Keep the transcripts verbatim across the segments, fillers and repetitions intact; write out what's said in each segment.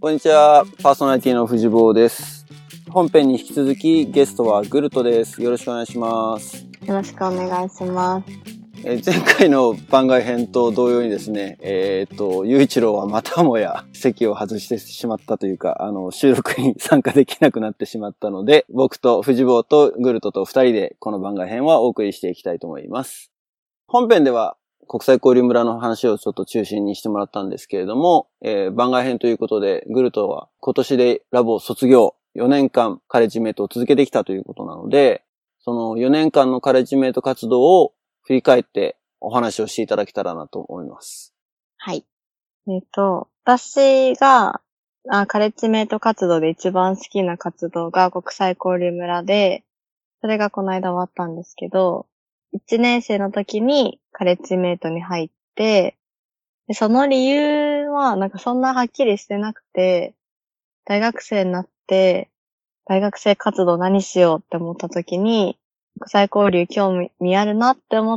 こんにちは、パーソナリティの藤坊です。本編に引き続きゲストはグルトです。よろしくお願いします。 よろしくお願いします。 え前回の番外編と同様にですね、えー、っと、雄一郎はまたもや席を外してしまったというか、あの、収録に参加できなくなってしまったので、僕と藤坊とグルトと二人でこの番外編はお送りしていきたいと思います。本編では国際交流村の話をちょっと中心にしてもらったんですけれども、えー、番外編ということで、グルトは今年でラボを卒業、よねんかんカレッジメイトを続けてきたということなので、そのよねんかんのカレッジメイト活動を振り返ってお話をしていただけたらなと思います。 はい。えっと、私があカレッジメイト活動で一番好きな活動が国際交流村で、それがこの間終わったんですけど、いちねん生の時にカレッジメイトに入って、でその理由はなんかそんなはっきりしてなくて、大学生になって大学生活動何しようって思った時に、国際交流興味あるなって思って、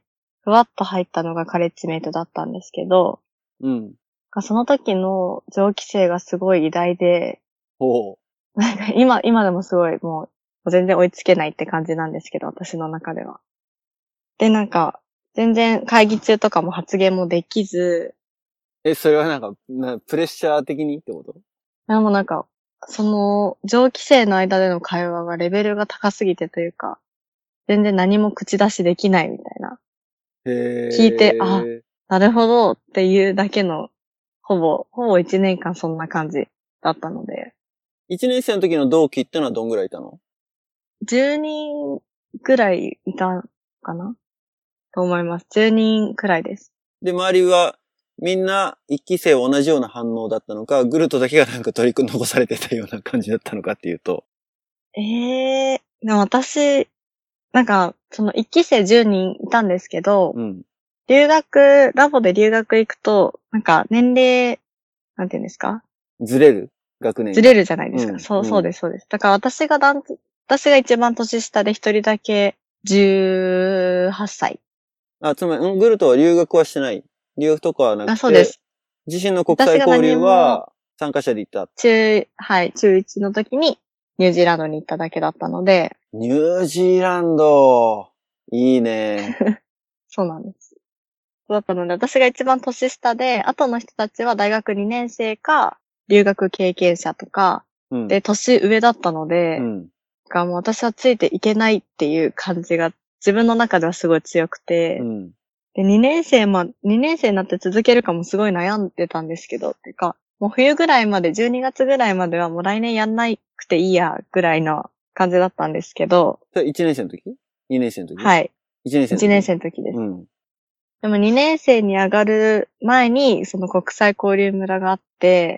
ふわっと入ったのがカレッジメイトだったんですけど、 うん。 その時の上級生がすごい偉大で、 ほう。 なんか今、今でもすごいもう全然追いつけないって感じなんですけど、私の中では。で、なんか、全然会議中とかも発言もできず、 え、それはなんか、なプレッシャー的にってこと？ でもなんか、その上級生の間での会話がレベルが高すぎてというか、全然何も口出しできないみたいな。 へー。 聞いて、あ、なるほどっていうだけの、ほぼ、ほぼ一年間そんな感じだったので。 一年生の時の同期ってのはどんぐらいいたの？ じゅうにんくらいいたかなと思います。じゅうにんくらいです。 で、周りはみんな一期生同じような反応だったのか、グルトだけがなんか取り残されてたような感じだったのかっていうと。 ええー、でも私、なんか、その一期生じゅうにんいたんですけど、 うん。 留学、ラボで留学行くと、なんか年齢、なんていうんですかずれる学年が。 ずれるじゃないですか。 うん、 そう、そうです、そうです。だから私がだん、私が一番年下で一人だけじゅうはっさい。 あ、つまり、うん、グルトは留学はしてない。留学とかはなくて。 あ、そうです。 自身の国際交流は参加者で行った。 中、はい、中いちの時にニュージーランドに行っただけだったので。 ニュージーランド。いいね。 そうなんです。そうだったので、私が一番年下で、後の人たちは大学にねん生か、留学経験者とか、うん、で、年上だったので、うん、がもう私はついていけないっていう感じが自分の中ではすごい強くて、うん、で、にねん生ま、にねん生になって続けるかもすごい悩んでたんですけど、てか、もう冬ぐらいまで、じゅうにがつぐらいまではもう来年やんなくていいや、ぐらいの感じだったんですけど。 それいちねん生の時 ?に 年生の時？ はい。 いちねん生の時。 いちねん生の時です。 うん。 でもにねん生に上がる前に、その国際交流村があって、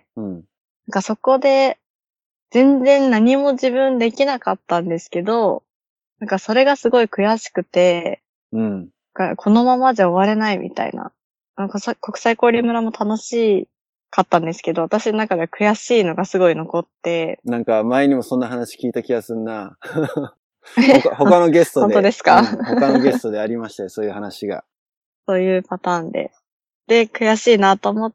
うん。なんかそこで、全然何も自分できなかったんですけど、なんかそれがすごい悔しくて、うん。このままじゃ終われないみたいな。なんか国際交流村も楽しかったんですけど、私の中では悔しいのがすごい残って。 なんか前にもそんな話聞いた気がすんな。他, 他のゲストで。 本当ですか、うん、 他のゲストでありましたよ、そういう話が。 そういうパターンで。で、悔しいなと思って、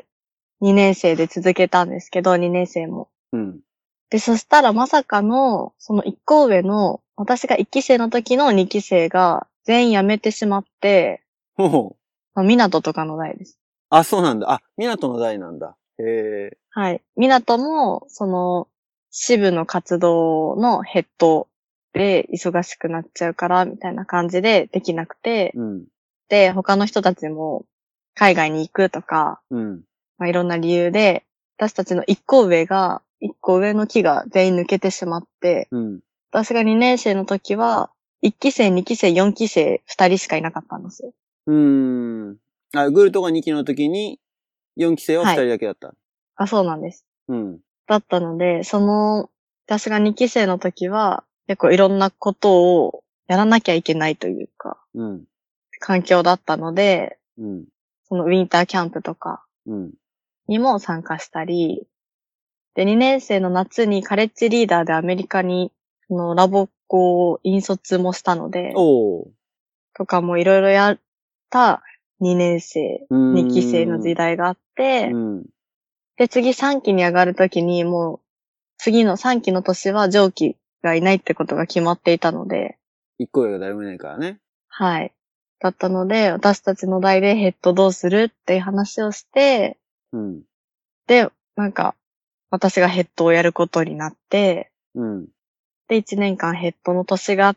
にねん生で続けたんですけど、にねん生も。うん。で、そしたらまさかの、そのいっこ上の、私がいっき生の時のにき生が全員辞めてしまって、 ほう。港とかの代です。 あ、そうなんだ。あ、港の代なんだ。へえ。 はい。港も、その、支部の活動のヘッドで忙しくなっちゃうから、みたいな感じでできなくて、うん、で、他の人たちも海外に行くとか、うん、まあ、いろんな理由で、私たちのいっこ上が、いっこ上の木が全員抜けてしまって、うん、私がにねん生の時は、いっき生、にき生、よんき生、ふたりしかいなかったんですよ。 うーん。あ、グルトがにきの時に、よんき生はふたりだけだった、はい。 あ、そうなんです。うん。だったので、その、私がにき生の時は、結構いろんなことをやらなきゃいけないというか、うん、環境だったので、うん、そのウィンターキャンプとかにも参加したり、で、にねん生の夏にカレッジリーダーでアメリカに、そのラボ校を引率もしたので、おとかもいろいろやったにねん生、にき生の時代があって、うん、 で、次さんきに上がるときにもう、次のさんきの年は上記がいないってことが決まっていたので。 一個上が誰もいないからね。 はい。だったので、私たちの代でヘッドどうするっていう話をして、 うん。 で、なんか、私がヘッドをやることになって、 うん。 で、いちねんかんヘッドの年があって、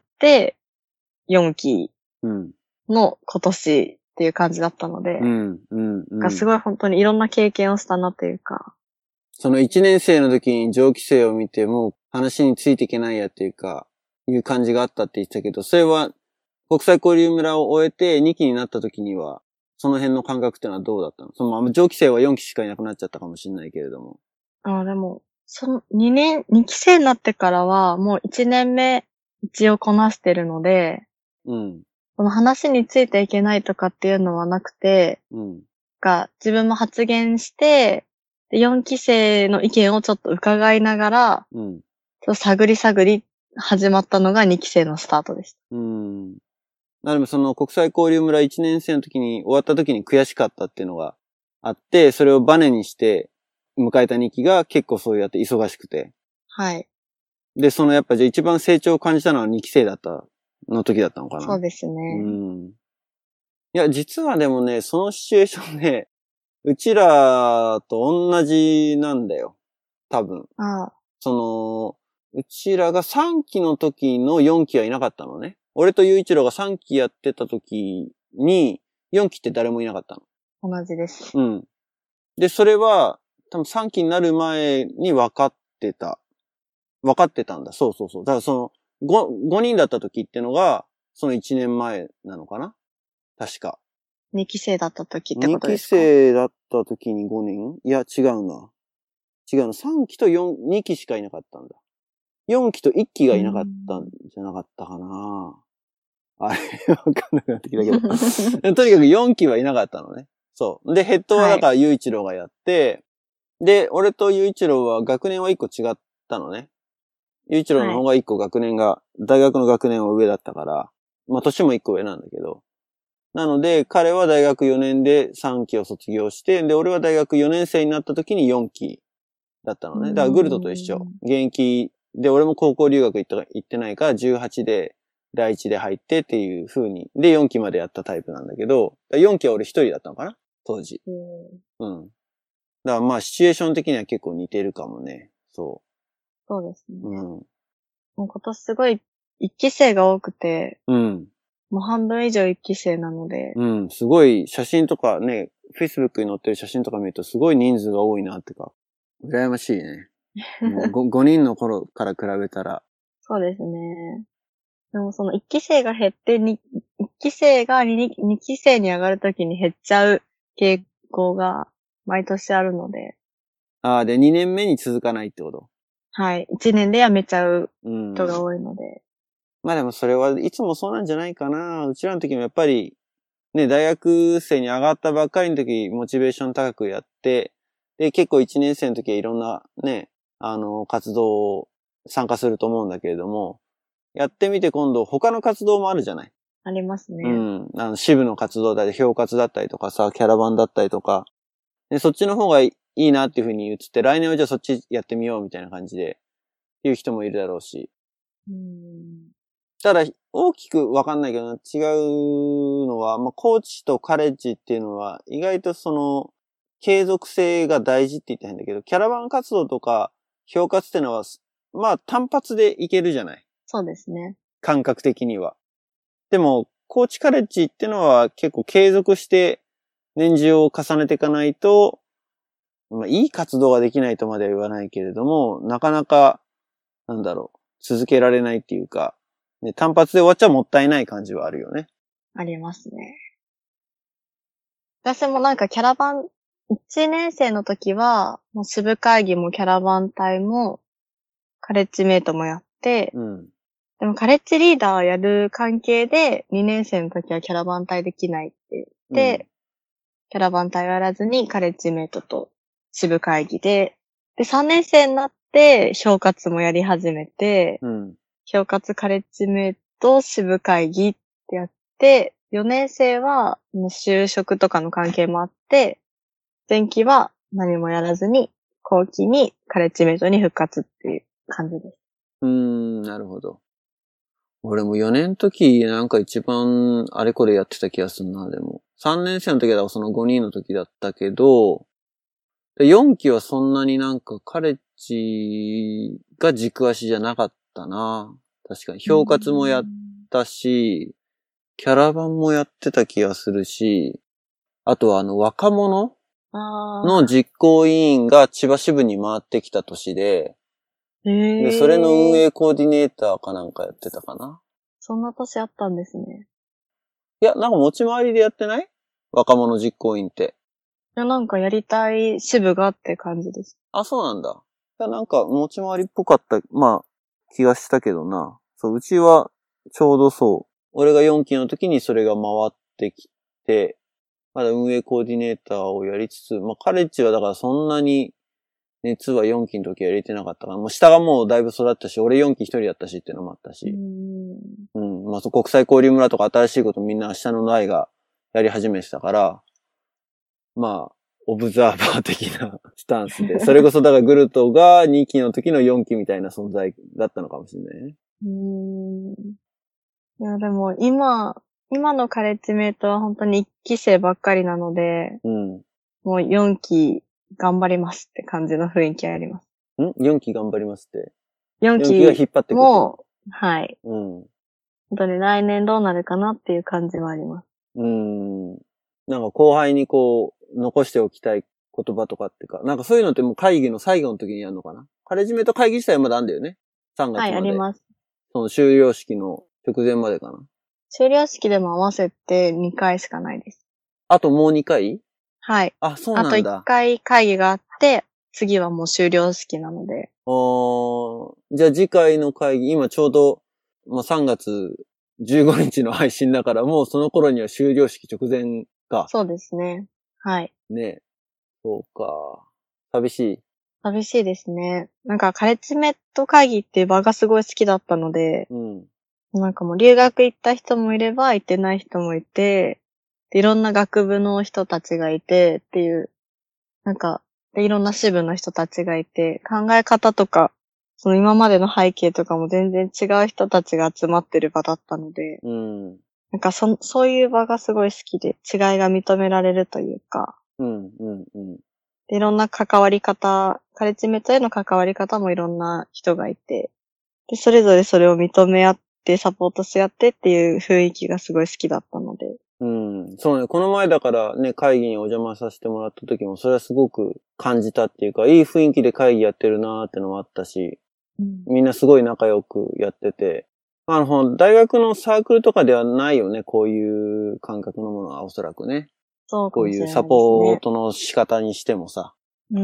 よんきの今年っていう感じだったので、 うん。うん。うん。 がすごい本当にいろんな経験をしたなというか。 そのいちねん生の時に上記生を見ても話についていけないやっていうか、いう感じがあったって言ってたけど、それは国際交流村を終えてにきになった時には、その辺の感覚ってのはどうだったの？その上記生はよんきしかいなくなっちゃったかもしれないけれども。 ああ、でも、そのにねん、にき生になってからはもういちねんめ一応こなしてるので、 うん。 その話についていけないとかっていうのはなくて、 うん。 が自分も発言して、でよんき生の意見をちょっと伺いながら、 うん。 ちょっと探り探り始まったのがにき生のスタートでした。 うん。でもその国際交流村いちねん生の時に終わった時に悔しかったっていうのがあって、それをバネにして迎えたにきが結構そうやって忙しくて。 はい。 で、そのやっぱじゃあ一番成長を感じたのはにき生だったの時だったのかな。 そうですね。 うん。いや、実はでもね、そのシチュエーションね、うちらと同じなんだよ。多分。 ああ。 その、うちらがさんきの時のよんきはいなかったのね。俺と雄一郎がさんきやってた時に、よんきって誰もいなかったの。 同じです。 うん。で、それは、多分さんきになる前に分かってた。分かってたんだ。そうそうそう。だからその、5、ごにんだった時ってのが、そのいちねんまえなのかな？確か。 にき生だった時ってことですか？ か？ にき生だった時にごねん？いや、違うな。違うの。さんきとよん、にきしかいなかったんだ。よんきといっきがいなかったんじゃなかったかな。あれ、わかんなくなってきたけど。とにかくよんきはいなかったのね。そう。で、ヘッドはだから雄一郎がやって、はい、で、俺と雄一郎は学年はいっこ違ったのね。雄一郎の方がいっこ学年が、はい、大学の学年は上だったから、まあ年もいっこ上なんだけど。なので、彼は大学よねんでさんきを卒業して、で、俺は大学よねん生になった時によんきだったのね。だからグルトと一緒。現役で、俺も高校留学行った行ってないから、じゅうはちで、だいいちで入ってっていう風に、で、よんきまでやったタイプなんだけど、よんきは俺一人だったのかな当時。うん。だからまあ、シチュエーション的には結構似てるかもね。そう。 そうですね。うん。 もう今年すごい、一期生が多くて、 うん。 もう半分以上一期生なので。 うん、すごい写真とかね、Facebook に載ってる写真とか見るとすごい人数が多いなってか、羨ましいね。もう 5, ごにんの頃から比べたら。 そうですね。でもそのいっき生が減って、にいっき生が 2, にき生に上がるときに減っちゃう傾向が毎年あるので。 ああ、で、にねんめに続かないってこと？ はい。いちねんで辞めちゃう人が多いので。うん、 まあでもそれはいつもそうなんじゃないかな。うちらの時もやっぱり、ね、大学生に上がったばっかりの時、モチベーション高くやって、で、結構いちねん生の時はいろんなね、あの、活動を参加すると思うんだけれども、やってみて今度他の活動もあるじゃない？ ありますね。 うん。あの、支部の活動だったり、表活だったりとかさ、キャラバンだったりとか、で、そっちの方がいいなっていうふうに言って、来年はじゃあそっちやってみようみたいな感じで、言う人もいるだろうし。 うん。 ただ、大きくわかんないけど、違うのは、まあ、コーチとカレッジっていうのは、意外とその、継続性が大事って言ってんだけど、キャラバン活動とか、表活っていうのは、まあ、単発でいけるじゃない？ そうですね。 感覚的には。でも、コーチカレッジっていうのは結構継続して年次を重ねていかないと、まあ、いい活動ができないとまでは言わないけれども、なかなか、なんだろう、続けられないっていうか、ね、単発で終わっちゃもったいない感じはあるよね。 ありますね。私もなんかキャラバン、いちねん生の時は、もう支部会議もキャラバン隊も、カレッジメイトもやって、うん、でもカレッジリーダーやる関係で、にねん生の時はキャラバン隊できないって言って、うん、キャラバン隊をやらずにカレッジメイトと支部会議で、で、さんねん生になって、表活もやり始めて、うん、表活カレッジメイト支部会議ってやって、よねん生は、就職とかの関係もあって、前期は何もやらずに、後期にカレッジメイトに復活っていう感じです。 うーん、なるほど。俺もよねんの時なんか一番あれこれやってた気がするな、でも。さんねん生の時はそのごにんの時だったけど、よん期はそんなになんかカレッジが軸足じゃなかったな。確かに。評活もやったし、キャラバンもやってた気がするし、あとはあの若者の実行委員が千葉支部に回ってきた年で、で、それの運営コーディネーターかなんかやってたかな。 そんな年あったんですね。 いや、なんか持ち回りでやってない？若者実行委員って。 いや、なんかやりたい支部がって感じです。 あ、そうなんだ。いや、なんか持ち回りっぽかった、まあ、気がしたけどな。そう、うちはちょうどそう。俺がよん期の時にそれが回ってきて、まだ運営コーディネーターをやりつつ、まあ、カレッジはだからそんなに熱はよん期の時は入れてなかったから、もう下がもうだいぶ育ったし、俺よん期一人やったしっていうのもあったし。うん。うん。まあ、そう、国際交流村とか新しいことみんな下の代がやり始めてたから、まあ、オブザーバー的なスタンスで。それこそだからグルトがに期の時のよん期みたいな存在だったのかもしれないね。 うーん。いや、でも今、今のカレッジメイトは本当にいっ期生ばっかりなので、 うん。 もうよん期頑張りますって感じの雰囲気あります。 ん ?よん 期頑張りますって。 よんよん期が引っ張ってくる。 も、はい。 うん。 本当に来年どうなるかなっていう感じはあります。 うん。なんか後輩にこう、残しておきたい言葉とかってか、なんかそういうのってもう会議の最後の時にやるのかな？カレッジメイト会議自体はまだあんだよね。さんがつまで。 はい、あります。 その終了式の直前までかな。 終了式でも合わせてにかいしかないです。 あともうにかい？ はい。 あ、そうなんだ。 あといっかい会議があって、次はもう終了式なので。 あー、じゃあ次回の会議、今ちょうど、まあ、さんがつじゅうごにちの配信だから、もうその頃には終了式直前か。 そうですね。はい。 ね。そうか。寂しい。 寂しいですね。なんかカレッジメイト会議っていう場がすごい好きだったので、 うん。 なんかもう留学行った人もいれば行ってない人もいて、いろんな学部の人たちがいてっていう、なんか、でいろんな支部の人たちがいて、考え方とか、その今までの背景とかも全然違う人たちが集まってる場だったので、 うん。 なんかそ、そういう場がすごい好きで、違いが認められるというか、 うん、うん、うん。 いろんな関わり方、カレッジメイトへの関わり方もいろんな人がいて、で、それぞれそれを認め合ってサポートし合ってっていう雰囲気がすごい好きだったので。 うん。そうね。この前だからね、会議にお邪魔させてもらった時も、それはすごく感じたっていうか、いい雰囲気で会議やってるなーってのもあったし、うん、みんなすごい仲良くやってて、あの、大学のサークルとかではないよね、こういう感覚のものはおそらくね。 そうかもしれないですね。 こういうサポートの仕方にしてもさ。 うん。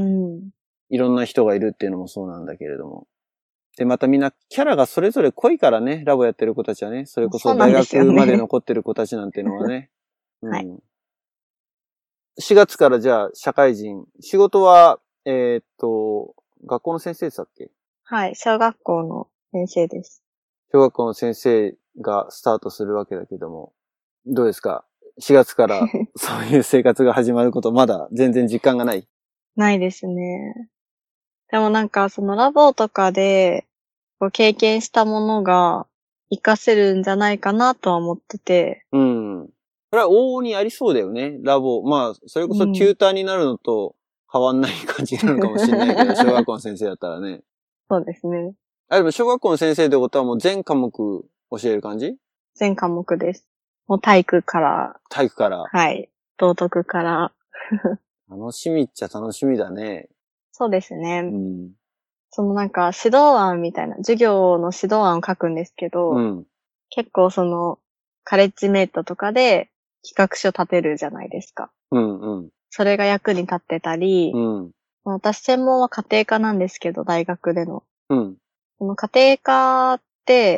いろんな人がいるっていうのもそうなんだけれども。で、またみんなキャラがそれぞれ濃いからね、ラボやってる子たちはね。それこそ大学まで残ってる子たちなんていうのはね。うん、はい。しがつからじゃあ社会人。仕事は、えー、っと、学校の先生でしたっけ？ はい、小学校の先生です。 小学校の先生がスタートするわけだけども。どうですか？しがつからそういう生活が始まること、まだ全然実感がない？ ないですね。でもなんかそのラボとかでこう経験したものが活かせるんじゃないかなとは思ってて。 うん。それは往々にありそうだよね、ラボ。まあ、それこそテューターになるのと変わんない感じなのかもしれないけど、小学校の先生だったらね。 そうですね。 あ、でも小学校の先生ってことはもう全科目教える感じ？ 全科目です。もう体育から。 体育から。 はい。道徳から。 楽しみっちゃ楽しみだね。 そうですね。 うん。 そのなんか指導案みたいな、授業の指導案を書くんですけど、うん、結構そのカレッジメイトとかで企画書立てるじゃないですか。 うんうん。 それが役に立ってたり、うん、私専門は家庭科なんですけど、大学での。うん。その家庭科って、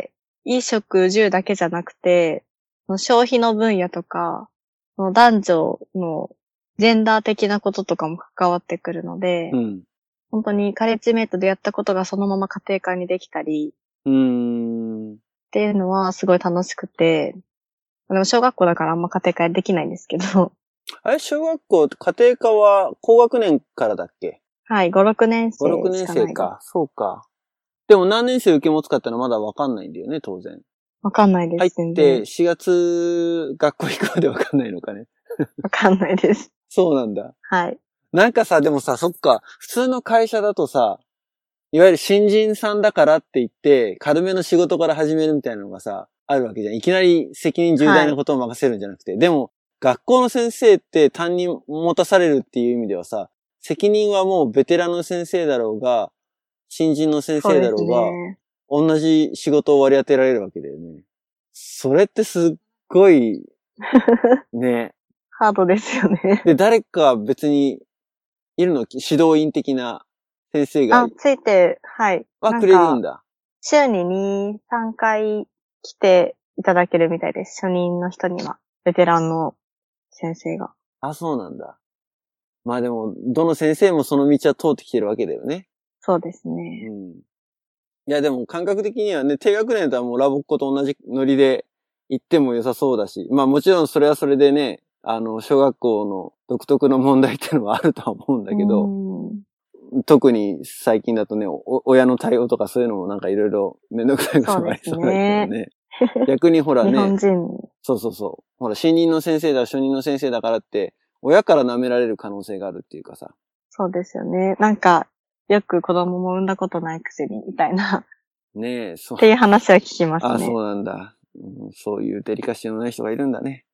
衣食住だけじゃなくて、消費の分野とか、男女のジェンダー的なこととかも関わってくるので、うん、本当にカレッジメイトでやったことがそのまま家庭科にできたり、うーんっていうのはすごい楽しくて、でも小学校だからあんま家庭科できないんですけど、 あれ、小学校、家庭科は高学年からだっけ？ はい、ご、ろくねん生しかない。 ご、ろくねん生か。そうか。でも何年生受け持つかってのはまだわかんないんだよね、当然。 わかんないです。 入ってしがつ学校行くまでわかんないのかね。 わかんないです。 そうなんだ。 はい。 なんかさ、でもさ、そっか、普通の会社だとさ、いわゆる新人さんだからって言って、軽めの仕事から始めるみたいなのがさ、あるわけじゃん。いきなり責任重大なことを任せるんじゃなくて。はい、でも、学校の先生って担任持たされるっていう意味ではさ、責任はもうベテランの先生だろうが、新人の先生だろうが、うね、同じ仕事を割り当てられるわけだよね。それってすっごい、ね。 ハードですよね。 で、誰か別にいるの、指導員的な先生が。 あ、ついて、はい。 はくれるんだ。 週にに、さんかい来ていただけるみたいです。初任の人には。ベテランの先生が。 あ、そうなんだ。まあでも、どの先生もその道は通ってきてるわけだよね。 そうですね。 うん。いやでも感覚的にはね、低学年とはもうラボっ子と同じノリで行っても良さそうだし、まあもちろんそれはそれでね、あの、小学校の独特の問題っていうのはあるとは思うんだけど、特に最近だとね、親の対応とかそういうのもなんかいろいろめんどくさいこともありそうだけどね。ね逆にほらね、 日本人。 そうそうそう。ほら、新任の先生だ、初任の先生だからって、親から舐められる可能性があるっていうかさ。 そうですよね。なんか、よく子供も産んだことないくせに、みたいな。 ねえ、そう。 っていう話は聞きますね。 あ、そうなんだ、うん。そういうデリカシーのない人がいるんだね。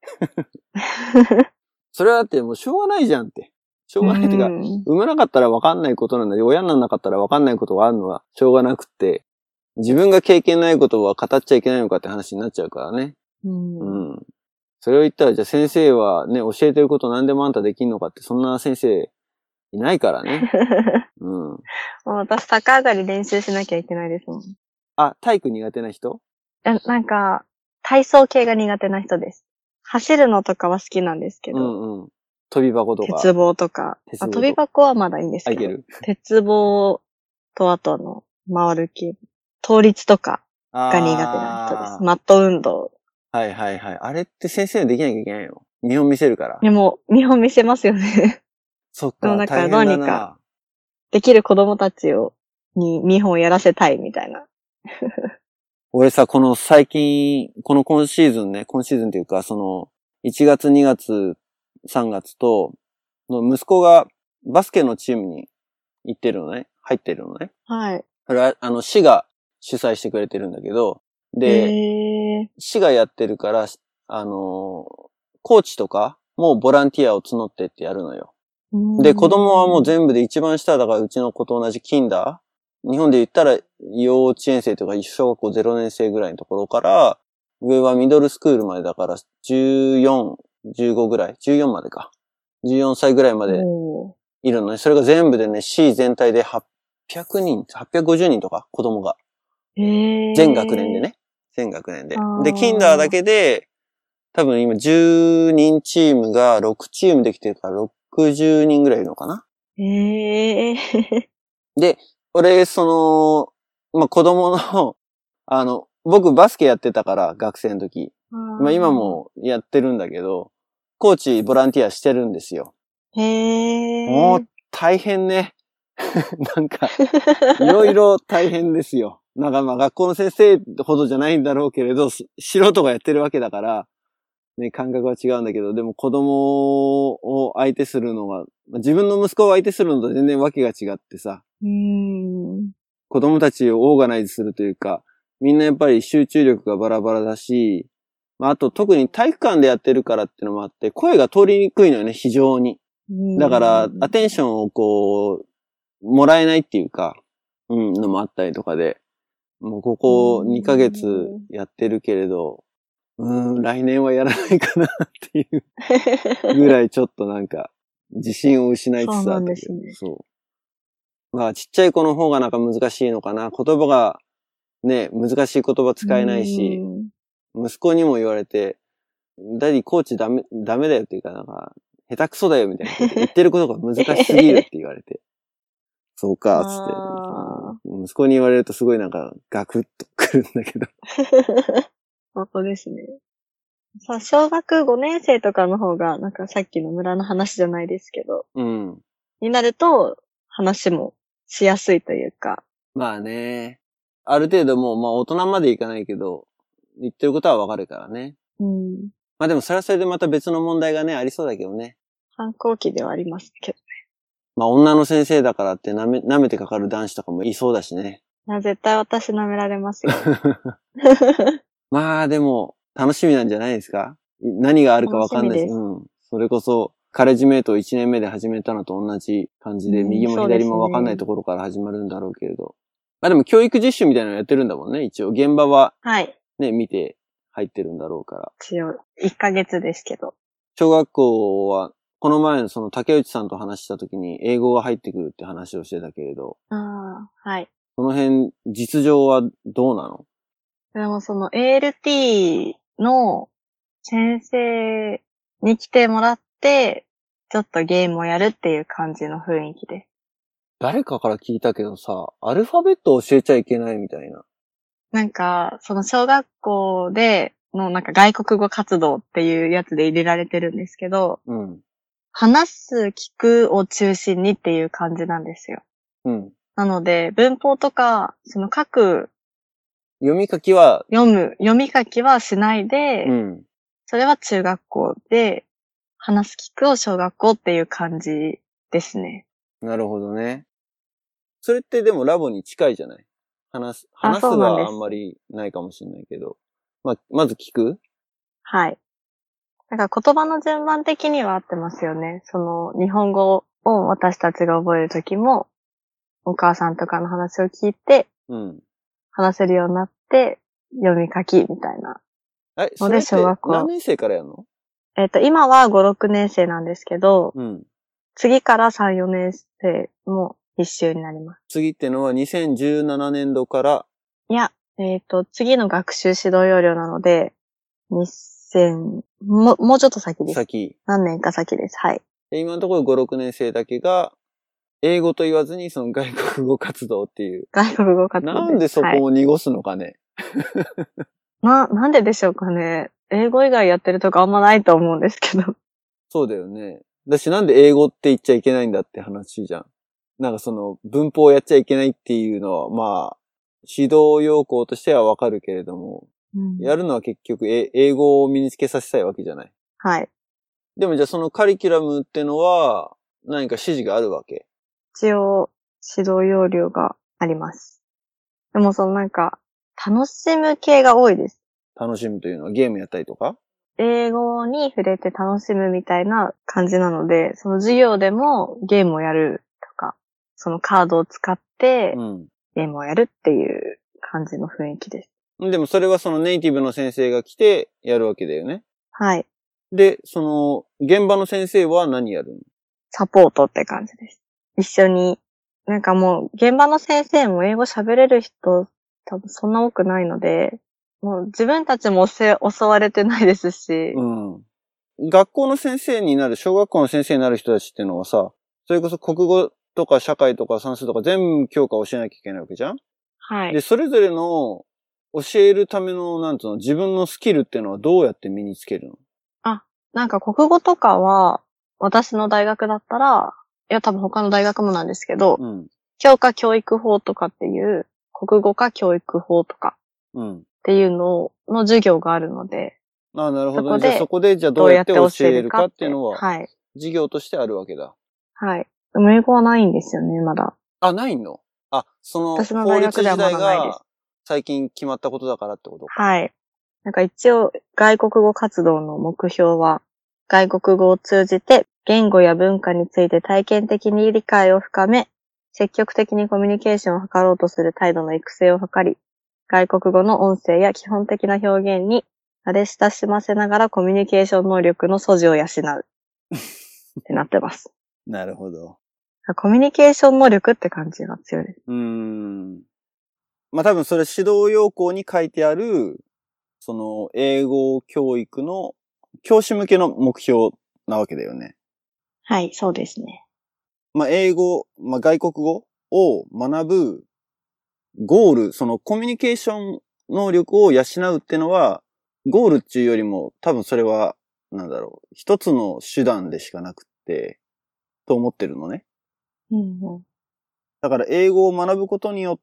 それはだってもうしょうがないじゃんって。しょうがないっていうか、産めなかったら分かんないことなんだよ。親にならなかったら分かんないことがあるのはしょうがなくって、自分が経験ないことは語っちゃいけないのかって話になっちゃうからね。うん。うん、それを言ったら、じゃあ先生はね、教えてること何でもあんたできんのかって、そんな先生いないからね。うん。もう私、逆上がり練習しなきゃいけないですもん。 あ、体育苦手な人？ なんか、体操系が苦手な人です。走るのとかは好きなんですけど。 うんうん。飛び箱とか。 鉄棒とか。あ、飛び箱はまだいいんですけど。いける。鉄棒とあとあの、回る系。倒立とかが苦手な人です。マット運動。 はいはいはい。あれって先生にできなきゃいけないの？見本見せるから。 でも、見本見せますよね。 そっか。でもだからどうにか、できる子供たちを、に見本やらせたいみたいな。 俺さ、この最近、この今シーズンね、今シーズンっていうか、その、いちがつ、にがつ、さんがつと、息子がバスケのチームに行ってるのね。入ってるのね。 はい。 それは、あの、市が主催してくれてるんだけど、で、市がやってるから、あの、コーチとかもボランティアを募ってってやるのよ。で、子供はもう全部で一番下だからうちの子と同じキンダー。日本で言ったら幼稚園生とか小学校ゼロねん生ぐらいのところから、上はミドルスクールまでだからじゅうよん、じゅうごぐらい、じゅうよんまでか。じゅうよんさいぐらいまでいるのね。それが全部でね、市全体ではっぴゃくにん、はっぴゃくごじゅうにんとか子供が。全学年でね。全学年で。で、キンダーだけで、多分今じゅうにんチームがろくチームできてるからろくじゅうにんぐらいいるのかな。 へー。 で、俺、その、まあ、子供の、あの、僕バスケやってたから、学生の時。まあ、今もやってるんだけど、コーチボランティアしてるんですよ。 へー。 もう、大変ね。なんか、いろいろ大変ですよ。なんかまあ、学校の先生ほどじゃないんだろうけれど、素人がやってるわけだから、ね、感覚は違うんだけど、でも子供を相手するのは、自分の息子を相手するのと全然わけが違ってさ、 うーん子供たちをオーガナイズするというか、みんなやっぱり集中力がバラバラだし、まあ、あと特に体育館でやってるからってのもあって、声が通りにくいのよね、非常に。だから、アテンションをこう、もらえないっていうか、うん、のもあったりとかで、もうここにかげつやってるけれど、うーん、来年はやらないかなっていうぐらいちょっとなんか自信を失いつつあったけど。そうなんですね。そう。まあちっちゃい子の方がなんか難しいのかな。言葉がね、難しい言葉使えないし、息子にも言われて、ダディコーチダメ、ダメだよっていうかなんか、下手くそだよみたいなこと言ってることが難しすぎるって言われて。そうか、つって。息子に言われるとすごいなんかガクッとくるんだけど。 本当ですね。 そう、小学ごねん生とかの方が、なんかさっきの村の話じゃないですけど、 うん。 になると話もしやすいというか。 まあね。ある程度もう、まあ大人までいかないけど、言ってることはわかるからね。 うん。 まあでもそれはそれでまた別の問題がね、ありそうだけどね。 反抗期ではありますけど。 まあ女の先生だからって舐め、舐めてかかる男子とかもいそうだしね。 いや、絶対私舐められますよ。 まあでも、楽しみなんじゃないですか？何があるかわかんないし。 楽しみです。 うん。それこそ、カレッジメイトをいちねんめで始めたのと同じ感じで、 うん右もそうですね左もわかんないところから始まるんだろうけれど。まあでも教育実習みたいなのやってるんだもんね、一応。現場ははい。 ね、見て入ってるんだろうから。 一応、いっかげつですけど。 小学校は、この前のその竹内さんと話した時に英語が入ってくるって話をしてたけれど、 ああ、はい。 その辺、実情はどうなの？ でもその エーエルティー の先生に来てもらって、ちょっとゲームをやるっていう感じの雰囲気です。 誰かから聞いたけどさ、アルファベット教えちゃいけないみたいな。 なんか、その小学校でのなんか外国語活動っていうやつで入れられてるんですけど、 うん。 話す、聞くを中心にっていう感じなんですよ。 うん。 なので、文法とか、その書く、 読み書きは、 読む、読み書きはしないで、 うん。 それは中学校で、話す、聞くを小学校っていう感じですね。 なるほどね。それってでもラボに近いじゃない？話す、 あ、 話すそうなんです。 はあんまりないかもしれないけど。まあ、まず聞く？ はい。だから言葉の順番的には合ってますよね。その、日本語を私たちが覚えるときも、お母さんとかの話を聞いて、 うん。 話せるようになって、読み書きみたいな。 え、 ので、 それって小学校。 何年生からやるの？ えっと、今はご、ろくねん生なんですけど、 うん。 次からさん、よねん生も必修になります。 次ってのはにせんじゅうななねんどから、 いや、えっと、次の学習指導要領なので、にせん、も、もうちょっと先です。 先。 何年か先です。はい。 で今のところご、ろくねん生だけが、英語と言わずにその外国語活動っていう。 外国語活動です。 なんでそこを濁すのかね。 はい、な、なんででしょうかね。英語以外やってるとこあんまないと思うんですけど。 そうだよね。だしなんで英語って言っちゃいけないんだって話じゃん。なんかその文法をやっちゃいけないっていうのは、まあ、指導要項としてはわかるけれども、 うん、 やるのは結局英語を身につけさせたいわけじゃない。 はい。 でもじゃあそのカリキュラムってのは何か指示があるわけ？ 一応、指導要領があります。でもそのなんか、楽しむ系が多いです。 楽しむというのはゲームやったりとか？ 英語に触れて楽しむみたいな感じなので、その授業でもゲームをやるとか、そのカードを使ってゲームをやるっていう感じの雰囲気です。 うん。でもそれはそのネイティブの先生が来てやるわけだよね。 はい。 で、その現場の先生は何やるの？ サポートって感じです。一緒に、なんかもう現場の先生も英語喋れる人多分そんな多くないので、もう自分たちも教われてないですし、 うん。学校の先生になる、小学校の先生になる人たちっていうのはさ、それこそ国語とか社会とか算数とか全部教科を教えなきゃいけないわけじゃん？ はい。 で、それぞれの教えるための、なんつうの、自分のスキルっていうのはどうやって身につけるの？ あ、なんか国語とかは、私の大学だったら、いや多分他の大学もなんですけど、 うん。 教科教育法とかっていう、国語科教育法とかうん。 っていうのの授業があるので、 ああ、なるほどね。 そこでじゃあそこで、じゃあどうやって教えるかっていうのは、 はい。 授業としてあるわけだ。 はい。でも英語はないんですよね、まだ。 あ、ないの？あ、その私の法律大学では時代まだないです。 が最近決まったことだからってことか。 はい。なんか一応、外国語活動の目標は、外国語を通じて言語や文化について体験的に理解を深め、積極的にコミュニケーションを図ろうとする態度の育成を図り、外国語の音声や基本的な表現に慣れ親しませながらコミュニケーション能力の素地を養うってなってます。 なるほど。 コミュニケーション能力って感じが強いです。 うーん。まあ、多分それ指導要項に書いてある、その英語教育の教師向けの目標なわけだよね。 はい、そうですね。 まあ、英語、まあ、外国語を学ぶゴール、そのコミュニケーション能力を養うってのは、 ゴールっていうよりも、多分それは、なんだろう、一つの手段でしかなくって、と思ってるのね。 うんうん。 だから英語を学ぶことによって、